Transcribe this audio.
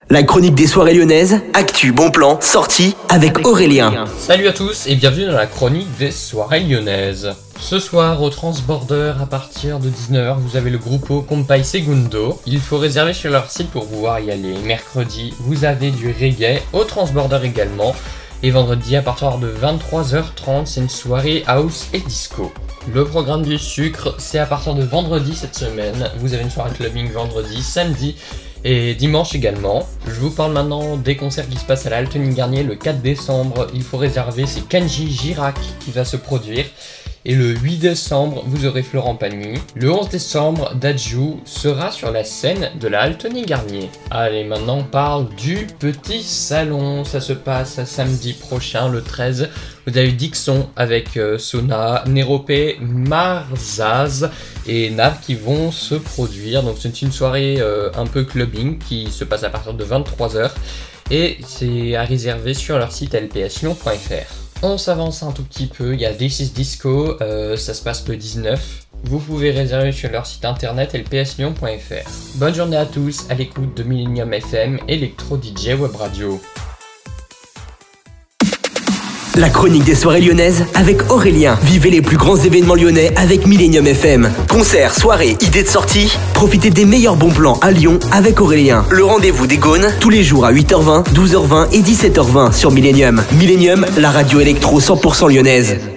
La chronique des soirées lyonnaises, actu, bon plan, sortie avec Aurélien. Salut à tous et bienvenue dans la chronique des soirées lyonnaises. Ce soir au Transborder à partir de 19h, vous avez le Gruppo Compay Segundo. Il faut réserver sur leur site pour pouvoir y aller. Mercredi, vous avez du reggae au Transborder également. Et vendredi à partir de 23h30, c'est une soirée house et disco. Le programme du sucre, c'est à partir de vendredi cette semaine. Vous avez une soirée clubbing vendredi, samedi et dimanche également. Je vous parle maintenant des concerts qui se passent à la Altenine Garnier le 4 décembre. Il faut réserver, c'est Kenji Girac qui va se produire. Et le 8 décembre, vous aurez Florent Pagny. Le 11 décembre, Dadju sera sur la scène de la Altenine Garnier. Allez, maintenant on parle du Petit Salon. Ça se passe samedi prochain, le 13. Vous avez Dixon avec Sona, Néropé, Marzaz et Nav qui vont se produire. Donc c'est une soirée un peu clubbing qui se passe à partir de 23h. Et c'est à réserver sur leur site lpslyon.fr. On s'avance un tout petit peu, il y a This is Disco, ça se passe le 19. Vous pouvez réserver sur leur site internet lpslyon.fr. Bonne journée à tous, à l'écoute de Millennium FM, Electro DJ Web Radio. La chronique des soirées lyonnaises avec Aurélien. Vivez les plus grands événements lyonnais avec Millennium FM. Concerts, soirées, idées de sortie. Profitez des meilleurs bons plans à Lyon avec Aurélien. Le rendez-vous des Gaunes, tous les jours à 8h20, 12h20 et 17h20 sur Millennium. Millennium, la radio électro 100% lyonnaise.